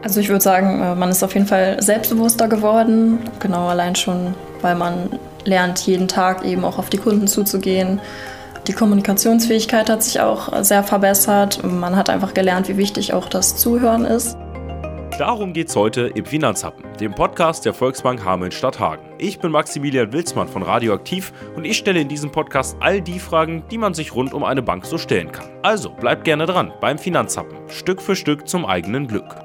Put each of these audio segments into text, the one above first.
Also ich würde sagen, man ist auf jeden Fall selbstbewusster geworden. Genau, allein schon, weil man lernt, jeden Tag eben auch auf die Kunden zuzugehen. Die Kommunikationsfähigkeit hat sich auch sehr verbessert. Man hat einfach gelernt, wie wichtig auch das Zuhören ist. Darum geht's heute im Finanzhappen, dem Podcast der Volksbank Hameln-Stadthagen. Ich bin Maximilian Wilsmann von Radioaktiv und ich stelle in diesem Podcast all die Fragen, die man sich rund um eine Bank so stellen kann. Also bleibt gerne dran beim Finanzhappen, Stück für Stück zum eigenen Glück.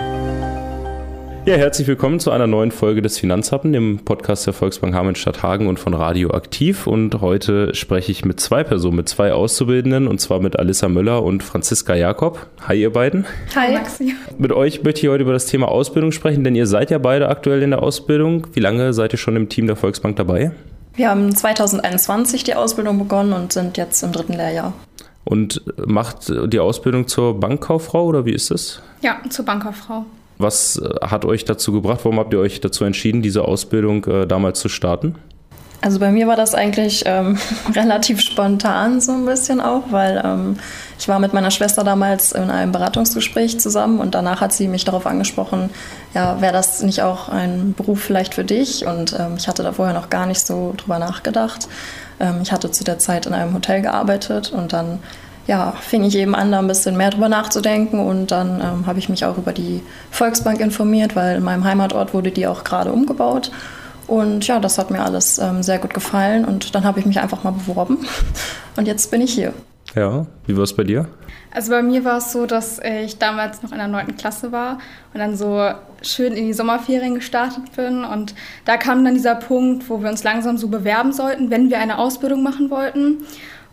Ja, herzlich willkommen zu einer neuen Folge des Finanzhappen, dem Podcast der Volksbank Hameln-Stadthagen und von Radioaktiv. Und heute spreche ich mit zwei Personen, mit zwei Auszubildenden, und zwar mit Alissa Möller und Franziska Jakob. Hi, ihr beiden. Hi, Maxi. Mit euch möchte ich heute über das Thema Ausbildung sprechen, denn ihr seid ja beide aktuell in der Ausbildung. Wie lange seid ihr schon im Team der Volksbank dabei? Wir haben 2021 die Ausbildung begonnen und sind jetzt im 3. Lehrjahr. Und macht die Ausbildung zur Bankkauffrau oder wie ist es? Ja, zur Bankkauffrau. Was hat euch dazu gebracht? Warum habt ihr euch dazu entschieden, diese Ausbildung damals zu starten? Also bei mir war das eigentlich relativ spontan so ein bisschen auch, weil ich war mit meiner Schwester damals in einem Beratungsgespräch zusammen und danach hat sie mich darauf angesprochen, ja, wäre das nicht auch ein Beruf vielleicht für dich? Und ich hatte da vorher noch gar nicht so drüber nachgedacht. Ich hatte zu der Zeit in einem Hotel gearbeitet und dann fing ich eben an, da ein bisschen mehr drüber nachzudenken und dann habe ich mich auch über die Volksbank informiert, weil in meinem Heimatort wurde die auch gerade umgebaut und ja, das hat mir alles sehr gut gefallen und dann habe ich mich einfach mal beworben und jetzt bin ich hier. Ja, wie war es bei dir? Also bei mir war es so, dass ich damals noch in der 9. Klasse war und dann so schön in die Sommerferien gestartet bin und da kam dann dieser Punkt, wo wir uns langsam so bewerben sollten, wenn wir eine Ausbildung machen wollten.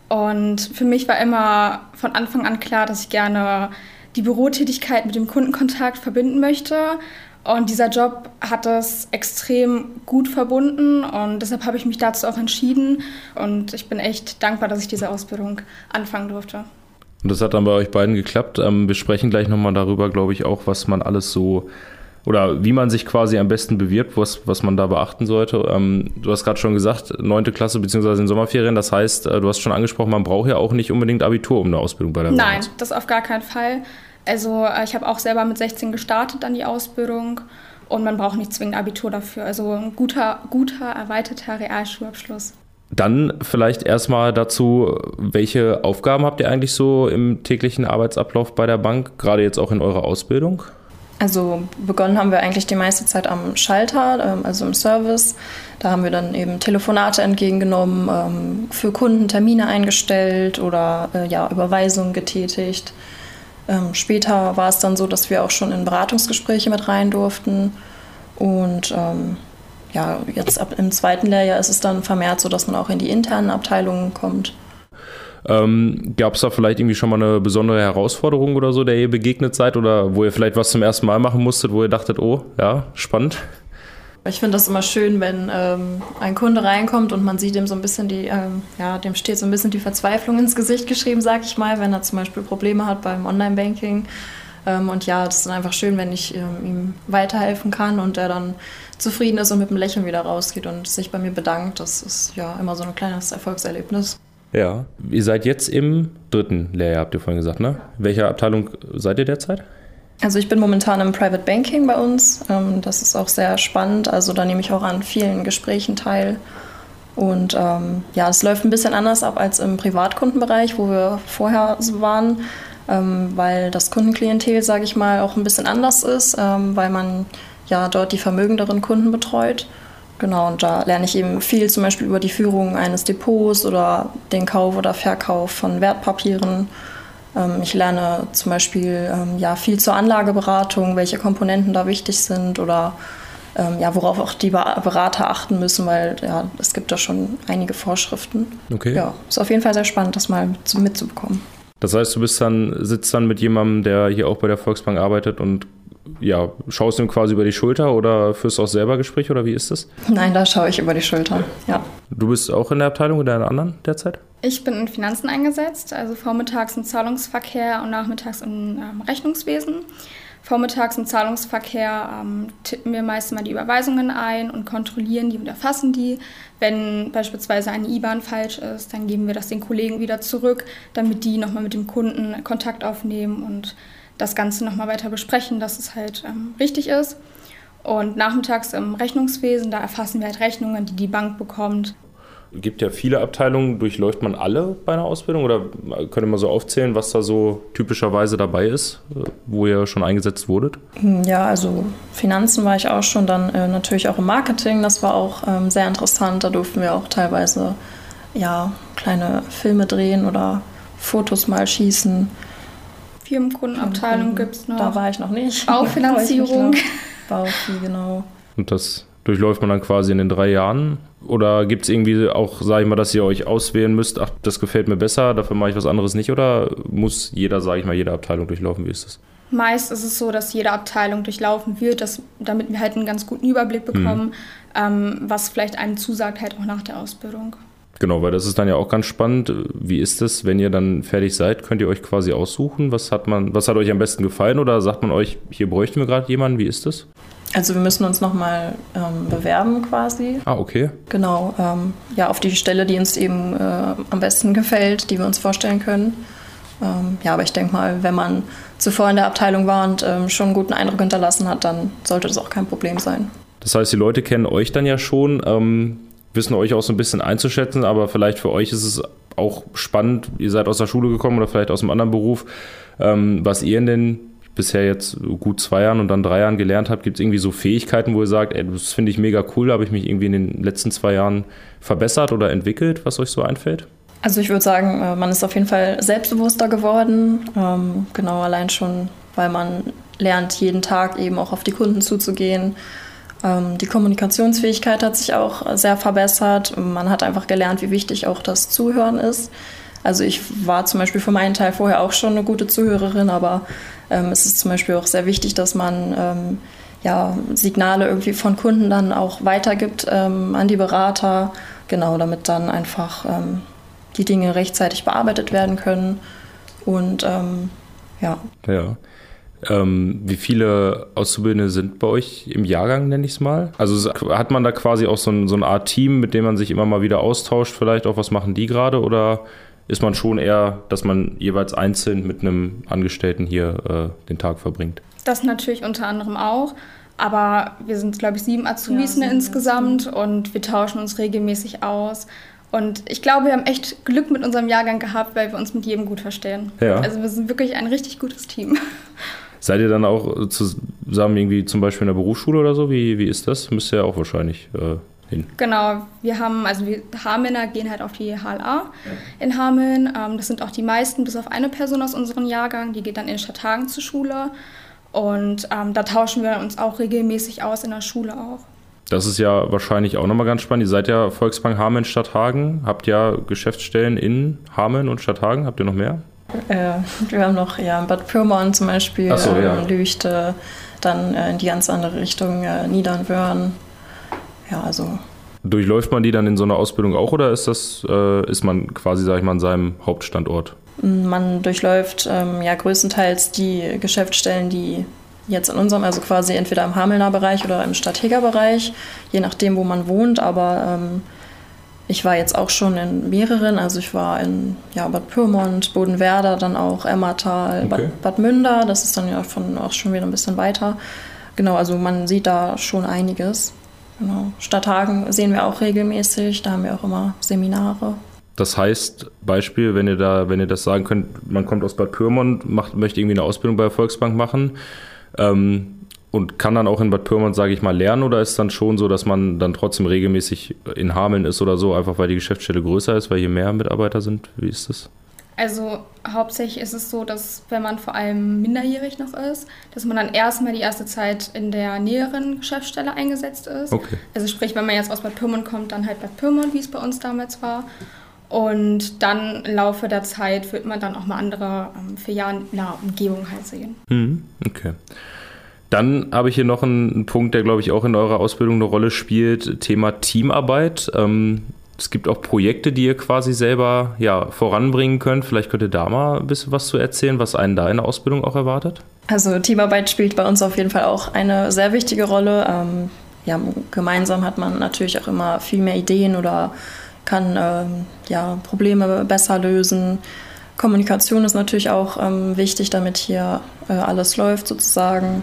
Und für mich war immer von Anfang an klar, dass ich gerne die Bürotätigkeit mit dem Kundenkontakt verbinden möchte. Und dieser Job hat das extrem gut verbunden und deshalb habe ich mich dazu auch entschieden. Und ich bin echt dankbar, dass ich diese Ausbildung anfangen durfte. Und das hat dann bei euch beiden geklappt. Wir sprechen gleich nochmal darüber, glaube ich, auch, was man alles so oder wie man sich quasi am besten bewirbt, was man da beachten sollte. Du hast gerade schon gesagt, 9. Klasse bzw. in Sommerferien. Das heißt, du hast schon angesprochen, man braucht ja auch nicht unbedingt Abitur, um eine Ausbildung bei der Bank zu machen. Nein, das auf gar keinen Fall. Also ich habe auch selber mit 16 gestartet an die Ausbildung und man braucht nicht zwingend Abitur dafür. Also ein guter erweiterter Realschulabschluss. Dann vielleicht erstmal dazu, welche Aufgaben habt ihr eigentlich so im täglichen Arbeitsablauf bei der Bank, gerade jetzt auch in eurer Ausbildung? Also begonnen haben wir eigentlich die meiste Zeit am Schalter, also im Service. Da haben wir dann eben Telefonate entgegengenommen, für Kunden Termine eingestellt oder Überweisungen getätigt. Später war es dann so, dass wir auch schon in Beratungsgespräche mit rein durften. Und jetzt ab im 2. Lehrjahr ist es dann vermehrt so, dass man auch in die internen Abteilungen kommt. Gab es da vielleicht irgendwie schon mal eine besondere Herausforderung oder so, der ihr begegnet seid oder wo ihr vielleicht was zum ersten Mal machen musstet, wo ihr dachtet, oh, ja, spannend? Ich finde das immer schön, wenn ein Kunde reinkommt und man sieht ihm so ein bisschen dem steht so ein bisschen die Verzweiflung ins Gesicht geschrieben, sag ich mal, wenn er zum Beispiel Probleme hat beim Online-Banking. Und ja, das ist dann einfach schön, wenn ich ihm weiterhelfen kann und er dann zufrieden ist und mit einem Lächeln wieder rausgeht und sich bei mir bedankt. Das ist ja immer so ein kleines Erfolgserlebnis. Ja, ihr seid jetzt im 3. Lehrjahr, habt ihr vorhin gesagt, ne? Welcher Abteilung seid ihr derzeit? Also ich bin momentan im Private Banking bei uns. Das ist auch sehr spannend. Also da nehme ich auch an vielen Gesprächen teil. Und es läuft ein bisschen anders ab als im Privatkundenbereich, wo wir vorher so waren, weil das Kundenklientel, sage ich mal, auch ein bisschen anders ist, weil man ja dort die vermögenderen Kunden betreut. Genau, und da lerne ich eben viel zum Beispiel über die Führung eines Depots oder den Kauf oder Verkauf von Wertpapieren. Ich lerne zum Beispiel viel zur Anlageberatung, welche Komponenten da wichtig sind oder worauf auch die Berater achten müssen, weil es gibt da schon einige Vorschriften. Okay. Ja, ist auf jeden Fall sehr spannend, das mal mitzubekommen. Das heißt, du sitzt dann mit jemandem, der hier auch bei der Volksbank arbeitet und schaust du ihm quasi über die Schulter oder führst du auch selber Gespräche oder wie ist das? Nein, da schaue ich über die Schulter, ja. Du bist auch in der Abteilung oder in einer anderen derzeit? Ich bin in Finanzen eingesetzt, also vormittags im Zahlungsverkehr und nachmittags im Rechnungswesen. Vormittags im Zahlungsverkehr tippen wir meist mal die Überweisungen ein und kontrollieren die und erfassen die. Wenn beispielsweise eine IBAN falsch ist, dann geben wir das den Kollegen wieder zurück, damit die nochmal mit dem Kunden Kontakt aufnehmen und das Ganze nochmal weiter besprechen, dass es halt richtig ist. Und nachmittags im Rechnungswesen, da erfassen wir halt Rechnungen, die die Bank bekommt. Es gibt ja viele Abteilungen, durchläuft man alle bei einer Ausbildung oder könnt ihr mal so aufzählen, was da so typischerweise dabei ist, wo ihr schon eingesetzt wurdet? Ja, also Finanzen war ich auch schon, dann natürlich auch im Marketing, das war auch sehr interessant, da durften wir auch teilweise kleine Filme drehen oder Fotos mal schießen. Firmenkundenabteilung gibt es noch. Da war ich noch nicht. Baufinanzierung. Baufi, genau. Und das durchläuft man dann quasi in den 3 Jahren? Oder gibt es irgendwie auch, sage ich mal, dass ihr euch auswählen müsst, ach, das gefällt mir besser, dafür mache ich was anderes nicht? Oder muss jede Abteilung durchlaufen? Wie ist das? Meist ist es so, dass jede Abteilung durchlaufen wird, damit wir halt einen ganz guten Überblick bekommen, was vielleicht einem zusagt, halt auch nach der Ausbildung. Genau, weil das ist dann ja auch ganz spannend. Wie ist es, wenn ihr dann fertig seid? Könnt ihr euch quasi aussuchen? Was hat euch am besten gefallen? Oder sagt man euch, hier bräuchten wir gerade jemanden? Wie ist das? Also wir müssen uns nochmal bewerben quasi. Ah, okay. Genau, auf die Stelle, die uns eben am besten gefällt, die wir uns vorstellen können. Aber ich denke mal, wenn man zuvor in der Abteilung war und schon einen guten Eindruck hinterlassen hat, dann sollte das auch kein Problem sein. Das heißt, die Leute kennen euch dann ja schon, wissen euch auch so ein bisschen einzuschätzen, aber vielleicht für euch ist es auch spannend, ihr seid aus der Schule gekommen oder vielleicht aus einem anderen Beruf, was ihr in den bisher jetzt gut 2 Jahren und dann 3 Jahren gelernt habt. Gibt es irgendwie so Fähigkeiten, wo ihr sagt, das finde ich mega cool, da habe ich mich irgendwie in den letzten 2 Jahren verbessert oder entwickelt, was euch so einfällt? Also ich würde sagen, man ist auf jeden Fall selbstbewusster geworden, allein schon, weil man lernt, jeden Tag eben auch auf die Kunden zuzugehen. Die Kommunikationsfähigkeit hat sich auch sehr verbessert. Man hat einfach gelernt, wie wichtig auch das Zuhören ist. Also ich war zum Beispiel für meinen Teil vorher auch schon eine gute Zuhörerin, aber es ist zum Beispiel auch sehr wichtig, dass man Signale irgendwie von Kunden dann auch weitergibt an die Berater, damit dann einfach die Dinge rechtzeitig bearbeitet werden können. Und Ja. Wie viele Auszubildende sind bei euch im Jahrgang, nenne ich es mal? Also hat man da quasi auch so eine Art Team, mit dem man sich immer mal wieder austauscht, vielleicht auch, was machen die gerade? Oder ist man schon eher, dass man jeweils einzeln mit einem Angestellten hier den Tag verbringt? Das natürlich unter anderem auch. Aber wir sind, glaube ich, 7 Azubis insgesamt und wir tauschen uns regelmäßig aus. Und ich glaube, wir haben echt Glück mit unserem Jahrgang gehabt, weil wir uns mit jedem gut verstehen. Ja. Also wir sind wirklich ein richtig gutes Team. Seid ihr dann auch zusammen irgendwie zum Beispiel in der Berufsschule oder so? Wie ist das? Müsst ihr ja auch wahrscheinlich hin. Genau, wir Hamelner gehen halt auf die HLA in Hameln. Das sind auch die meisten, bis auf eine Person aus unserem Jahrgang, die geht dann in Stadthagen zur Schule. Und da tauschen wir uns auch regelmäßig aus, in der Schule auch. Das ist ja wahrscheinlich auch nochmal ganz spannend. Ihr seid ja Volksbank Hameln Stadthagen, habt ja Geschäftsstellen in Hameln und Stadthagen. Habt ihr noch mehr? Wir haben noch Bad Pyrmont zum Beispiel, Lüchte, dann in die ganz andere Richtung Niedernwörn. Ja, also. Durchläuft man die dann in so einer Ausbildung auch oder ist man quasi, sag ich mal, an seinem Hauptstandort? Man durchläuft größtenteils die Geschäftsstellen, die jetzt in unserem, also quasi entweder im Hamelner Bereich oder im Stadtheger Bereich, je nachdem, wo man wohnt, aber ich war jetzt auch schon in mehreren, also ich war in Bad Pyrmont, Bodenwerder, dann auch Emmertal, okay. Bad Münder, das ist dann ja auch schon wieder ein bisschen weiter. Genau, also man sieht da schon einiges. Genau. Stadthagen sehen wir auch regelmäßig, da haben wir auch immer Seminare. Das heißt, Beispiel, wenn ihr das sagen könnt, man kommt aus Bad Pyrmont, möchte irgendwie eine Ausbildung bei der Volksbank machen und kann dann auch in Bad Pyrmont, sage ich mal, lernen, oder ist es dann schon so, dass man dann trotzdem regelmäßig in Hameln ist oder so, einfach weil die Geschäftsstelle größer ist, weil hier mehr Mitarbeiter sind? Wie ist das? Also hauptsächlich ist es so, dass wenn man vor allem minderjährig noch ist, dass man dann erstmal die erste Zeit in der näheren Geschäftsstelle eingesetzt ist. Okay. Also sprich, wenn man jetzt aus Bad Pyrmont kommt, dann halt Bad Pyrmont, wie es bei uns damals war. Und dann im Laufe der Zeit wird man dann auch mal andere Filialen in der Umgebung halt sehen. Okay. Dann habe ich hier noch einen Punkt, der, glaube ich, auch in eurer Ausbildung eine Rolle spielt, Thema Teamarbeit. Es gibt auch Projekte, die ihr quasi selber voranbringen könnt. Vielleicht könnt ihr da mal ein bisschen was zu erzählen, was einen da in der Ausbildung auch erwartet? Also Teamarbeit spielt bei uns auf jeden Fall auch eine sehr wichtige Rolle. Gemeinsam hat man natürlich auch immer viel mehr Ideen oder kann Probleme besser lösen. Kommunikation ist natürlich auch wichtig, damit hier alles läuft sozusagen.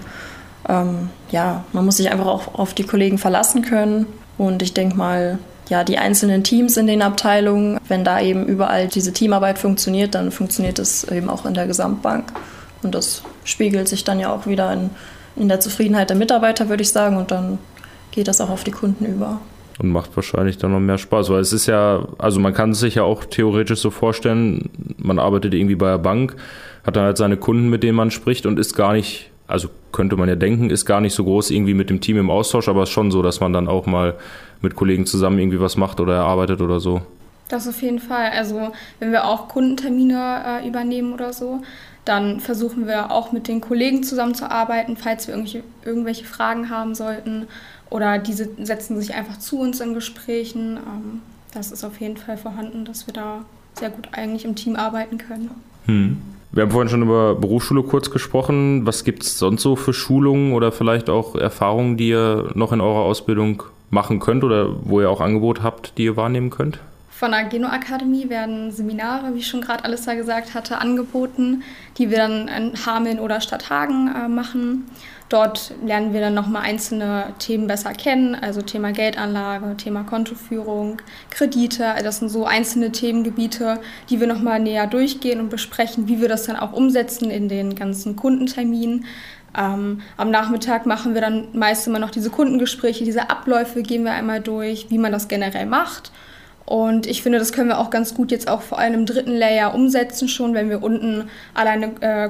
Man muss sich einfach auch auf die Kollegen verlassen können. Und ich denke mal, ja, die einzelnen Teams in den Abteilungen, wenn da eben überall diese Teamarbeit funktioniert, dann funktioniert es eben auch in der Gesamtbank. Und das spiegelt sich dann ja auch wieder in der Zufriedenheit der Mitarbeiter, würde ich sagen. Und dann geht das auch auf die Kunden über. Und macht wahrscheinlich dann noch mehr Spaß, weil es ist ja, also man kann es sich ja auch theoretisch so vorstellen, man arbeitet irgendwie bei der Bank, hat dann halt seine Kunden, mit denen man spricht und ist gar nicht, also könnte man ja denken, ist gar nicht so groß irgendwie mit dem Team im Austausch, aber es ist schon so, dass man dann auch mal mit Kollegen zusammen irgendwie was macht oder erarbeitet oder so. Das auf jeden Fall. Also wenn wir auch Kundentermine übernehmen oder so, dann versuchen wir auch mit den Kollegen zusammenzuarbeiten, falls wir irgendwelche Fragen haben sollten. Oder diese setzen sich einfach zu uns in Gesprächen. Das ist auf jeden Fall vorhanden, dass wir da sehr gut eigentlich im Team arbeiten können. Wir haben vorhin schon über Berufsschule kurz gesprochen. Was gibt es sonst so für Schulungen oder vielleicht auch Erfahrungen, die ihr noch in eurer Ausbildung machen könnt oder wo ihr auch Angebote habt, die ihr wahrnehmen könnt? Von der Geno-Akademie werden Seminare, wie ich schon gerade Alissa gesagt hatte, angeboten, die wir dann in Hameln oder Stadthagen machen. Dort lernen wir dann nochmal einzelne Themen besser kennen, also Thema Geldanlage, Thema Kontoführung, Kredite. Das sind so einzelne Themengebiete, die wir nochmal näher durchgehen und besprechen, wie wir das dann auch umsetzen in den ganzen Kundenterminen. Am Nachmittag machen wir dann meist immer noch diese Kundengespräche, diese Abläufe gehen wir einmal durch, wie man das generell macht. Und ich finde, das können wir auch ganz gut jetzt auch vor allem im 3. Layer umsetzen schon, wenn wir unten alleine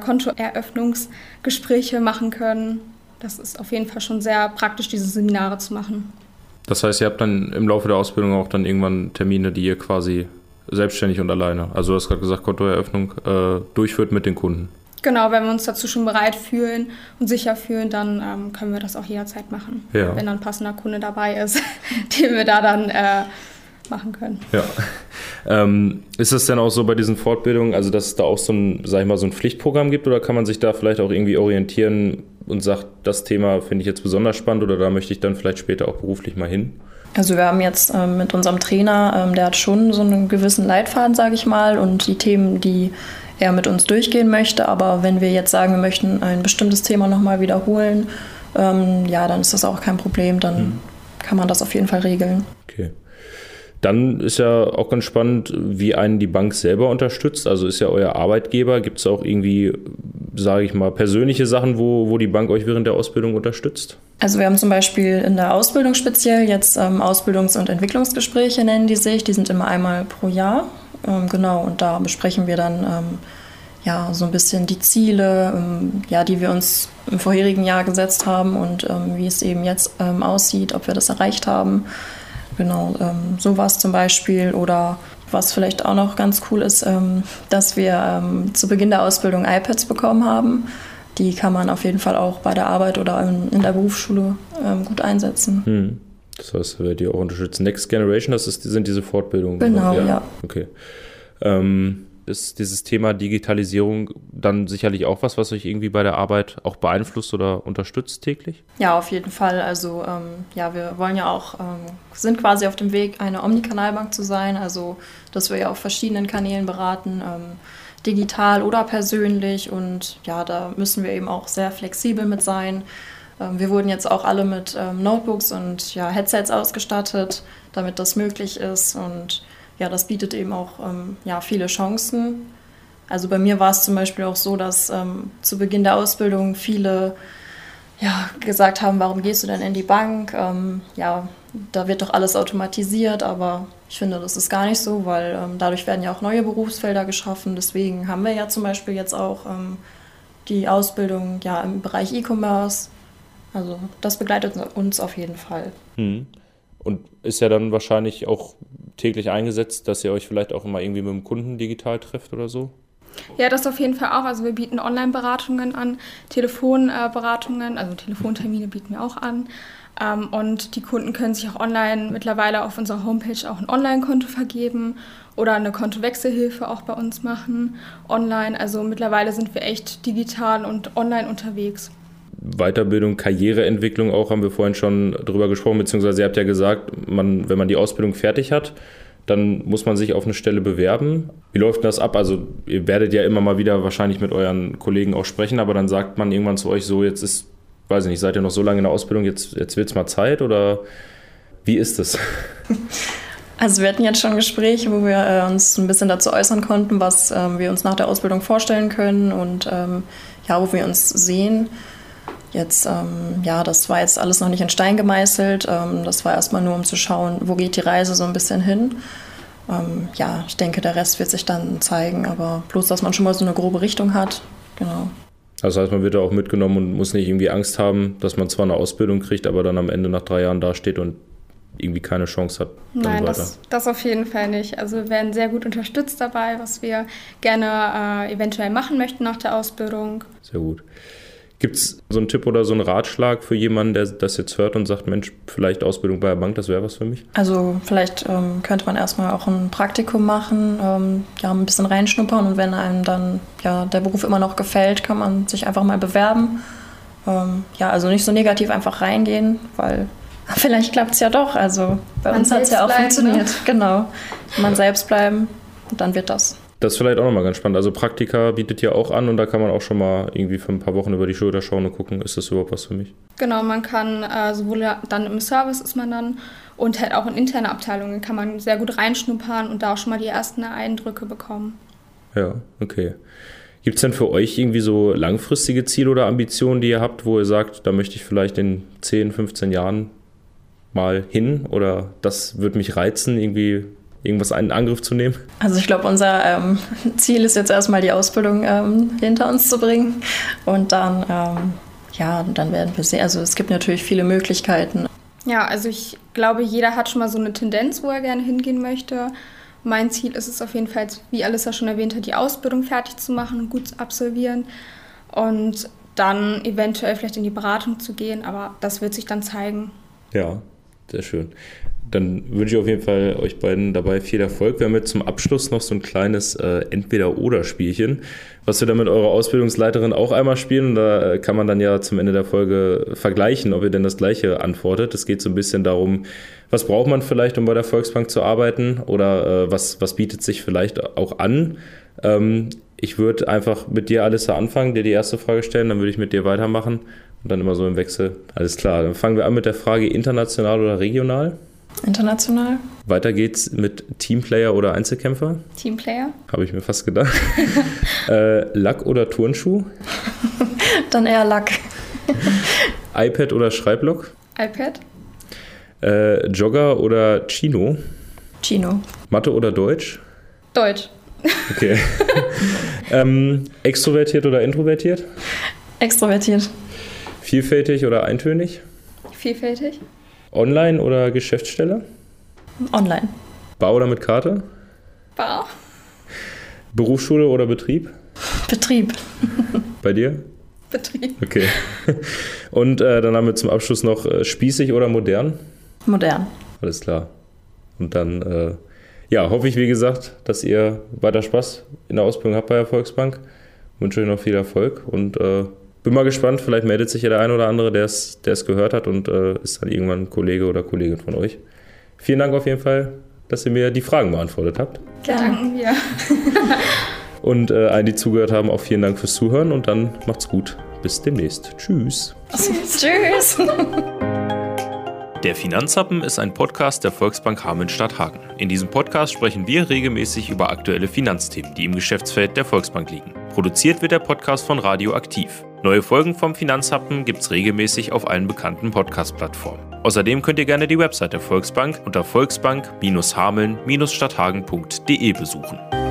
Kontoeröffnungsgespräche machen können. Das ist auf jeden Fall schon sehr praktisch, diese Seminare zu machen. Das heißt, ihr habt dann im Laufe der Ausbildung auch dann irgendwann Termine, die ihr quasi selbstständig und alleine, also du hast gerade gesagt, Kontoeröffnung durchführt mit den Kunden. Genau, wenn wir uns dazu schon bereit fühlen und sicher fühlen, dann können wir das auch jederzeit machen. Ja. Wenn dann ein passender Kunde dabei ist, den wir da dann machen können. Ja. Ist es denn auch so bei diesen Fortbildungen, also dass es da auch so ein Pflichtprogramm gibt oder kann man sich da vielleicht auch irgendwie orientieren und sagt, das Thema finde ich jetzt besonders spannend oder da möchte ich dann vielleicht später auch beruflich mal hin? Also wir haben jetzt mit unserem Trainer, der hat schon so einen gewissen Leitfaden, sage ich mal, und die Themen, die er mit uns durchgehen möchte, aber wenn wir jetzt sagen, wir möchten ein bestimmtes Thema nochmal wiederholen, dann ist das auch kein Problem, dann kann man das auf jeden Fall regeln. Okay. Dann ist ja auch ganz spannend, wie einen die Bank selber unterstützt. Also ist ja euer Arbeitgeber. Gibt es auch irgendwie, sage ich mal, persönliche Sachen, wo die Bank euch während der Ausbildung unterstützt? Also wir haben zum Beispiel in der Ausbildung speziell jetzt Ausbildungs- und Entwicklungsgespräche nennen die sich. Die sind immer einmal pro Jahr. Genau, und da besprechen wir dann so ein bisschen die Ziele, die wir uns im vorherigen Jahr gesetzt haben und wie es eben jetzt aussieht, ob wir das erreicht haben. Genau, sowas zum Beispiel. Oder was vielleicht auch noch ganz cool ist, dass wir zu Beginn der Ausbildung iPads bekommen haben. Die kann man auf jeden Fall auch bei der Arbeit oder in der Berufsschule gut einsetzen. Das heißt, werdet ihr auch unterstützen. Next Generation, sind diese Fortbildungen? Genau, ja. Okay. Ist dieses Thema Digitalisierung dann sicherlich auch was euch irgendwie bei der Arbeit auch beeinflusst oder unterstützt täglich? Ja, auf jeden Fall. Also wir wollen ja auch, sind quasi auf dem Weg, eine Omnikanalbank zu sein, also dass wir ja auf verschiedenen Kanälen beraten, digital oder persönlich und ja, da müssen wir eben auch sehr flexibel mit sein. Wir wurden jetzt auch alle mit Notebooks und Headsets ausgestattet, damit das möglich ist und ja, das bietet eben auch viele Chancen. Also bei mir war es zum Beispiel auch so, dass zu Beginn der Ausbildung viele gesagt haben, warum gehst du denn in die Bank? Da wird doch alles automatisiert, aber ich finde, das ist gar nicht so, weil dadurch werden ja auch neue Berufsfelder geschaffen. Deswegen haben wir ja zum Beispiel jetzt auch die Ausbildung im Bereich E-Commerce. Also das begleitet uns auf jeden Fall. Und ist ja dann wahrscheinlich auch täglich eingesetzt, dass ihr euch vielleicht auch immer irgendwie mit dem Kunden digital trefft oder so? Ja, das auf jeden Fall auch. Also wir bieten Online-Beratungen an, Telefonberatungen, also Telefontermine bieten wir auch an. Und die Kunden können sich auch online mittlerweile auf unserer Homepage auch ein Online-Konto vergeben oder eine Kontowechselhilfe auch bei uns machen online. Also mittlerweile sind wir echt digital und online unterwegs. Weiterbildung, Karriereentwicklung auch, haben wir vorhin schon drüber gesprochen, beziehungsweise ihr habt ja gesagt, wenn man die Ausbildung fertig hat, dann muss man sich auf eine Stelle bewerben. Wie läuft das ab? Also ihr werdet ja immer mal wieder wahrscheinlich mit euren Kollegen auch sprechen, aber dann sagt man irgendwann zu euch so, jetzt ist, weiß ich nicht, seid ihr noch so lange in der Ausbildung, jetzt wird es mal Zeit oder wie ist es? Also wir hatten jetzt schon Gespräche, wo wir uns ein bisschen dazu äußern konnten, was wir uns nach der Ausbildung vorstellen können und wo wir uns sehen. Jetzt, das war jetzt alles noch nicht in Stein gemeißelt. Das war erstmal nur, um zu schauen, wo geht die Reise so ein bisschen hin. Ich denke, der Rest wird sich dann zeigen, aber bloß, dass man schon mal so eine grobe Richtung hat. Genau. Das heißt, man wird da auch mitgenommen und muss nicht irgendwie Angst haben, dass man zwar eine Ausbildung kriegt, aber dann am Ende nach 3 Jahren dasteht und irgendwie keine Chance hat. Nein, das auf jeden Fall nicht. Also wir werden sehr gut unterstützt dabei, was wir gerne eventuell machen möchten nach der Ausbildung. Sehr gut. Gibt es so einen Tipp oder so einen Ratschlag für jemanden, der das jetzt hört und sagt, Mensch, vielleicht Ausbildung bei der Bank, das wäre was für mich? Also vielleicht könnte man erstmal auch ein Praktikum machen, ein bisschen reinschnuppern und wenn einem dann der Beruf immer noch gefällt, kann man sich einfach mal bewerben. Also nicht so negativ einfach reingehen, weil vielleicht klappt es ja doch. Also bei uns hat es ja auch funktioniert. Ne? Genau, man selbst bleiben und dann wird das. Das ist vielleicht auch nochmal ganz spannend. Also Praktika bietet ja auch an und da kann man auch schon mal irgendwie für ein paar Wochen über die Schulter schauen und gucken, ist das überhaupt was für mich? Genau, man kann sowohl dann im Service ist man dann und halt auch in interne Abteilungen kann man sehr gut reinschnuppern und da auch schon mal die ersten Eindrücke bekommen. Ja, okay. Gibt es denn für euch irgendwie so langfristige Ziele oder Ambitionen, die ihr habt, wo ihr sagt, da möchte ich vielleicht in 10, 15 Jahren mal hin oder das würde mich reizen, irgendwas in Angriff zu nehmen? Also ich glaube, unser Ziel ist jetzt erstmal die Ausbildung hinter uns zu bringen und dann werden wir sehen. Also es gibt natürlich viele Möglichkeiten. Ja, also ich glaube, jeder hat schon mal so eine Tendenz, wo er gerne hingehen möchte. Mein Ziel ist es auf jeden Fall, wie Alissa schon erwähnt hat, die Ausbildung fertig zu machen und gut zu absolvieren und dann eventuell vielleicht in die Beratung zu gehen, aber das wird sich dann zeigen. Ja, sehr schön. Dann wünsche ich auf jeden Fall euch beiden dabei viel Erfolg. Wir haben jetzt zum Abschluss noch so ein kleines Entweder-Oder-Spielchen, was wir dann mit eurer Ausbildungsleiterin auch einmal spielen. Und da kann man dann ja zum Ende der Folge vergleichen, ob ihr denn das Gleiche antwortet. Es geht so ein bisschen darum, was braucht man vielleicht, um bei der Volksbank zu arbeiten oder was bietet sich vielleicht auch an. Ich würde einfach mit dir, Alissa, anfangen, dir die erste Frage stellen, dann würde ich mit dir weitermachen und dann immer so im Wechsel. Alles klar, dann fangen wir an mit der Frage international oder regional. International. Weiter geht's mit Teamplayer oder Einzelkämpfer. Teamplayer. Habe ich mir fast gedacht. Lack oder Turnschuh? Dann eher Lack. iPad oder Schreibblock? iPad. Jogger oder Chino? Chino. Mathe oder Deutsch? Deutsch. Okay. Extrovertiert oder introvertiert? Extrovertiert. Vielfältig oder eintönig? Vielfältig. Online oder Geschäftsstelle? Online. Bar oder mit Karte? Bar. Berufsschule oder Betrieb? Betrieb. Bei dir? Betrieb. Okay. Und dann haben wir zum Abschluss noch spießig oder modern? Modern. Alles klar. Und dann hoffe ich, wie gesagt, dass ihr weiter Spaß in der Ausbildung habt bei der Volksbank. Wünsche euch noch viel Erfolg und bin mal gespannt, vielleicht meldet sich ja der ein oder andere, der es gehört hat und ist dann irgendwann ein Kollege oder Kollegin von euch. Vielen Dank auf jeden Fall, dass ihr mir die Fragen beantwortet habt. Danken wir. Und allen, die zugehört haben, auch vielen Dank fürs Zuhören und dann macht's gut. Bis demnächst. Tschüss. Tschüss. Der Finanzhappen ist ein Podcast der Volksbank Hameln-Stadthagen. In diesem Podcast sprechen wir regelmäßig über aktuelle Finanzthemen, die im Geschäftsfeld der Volksbank liegen. Produziert wird der Podcast von Radio Aktiv. Neue Folgen vom Finanzhappen gibt's regelmäßig auf allen bekannten Podcast-Plattformen. Außerdem könnt ihr gerne die Website der Volksbank unter volksbank-hameln-stadthagen.de besuchen.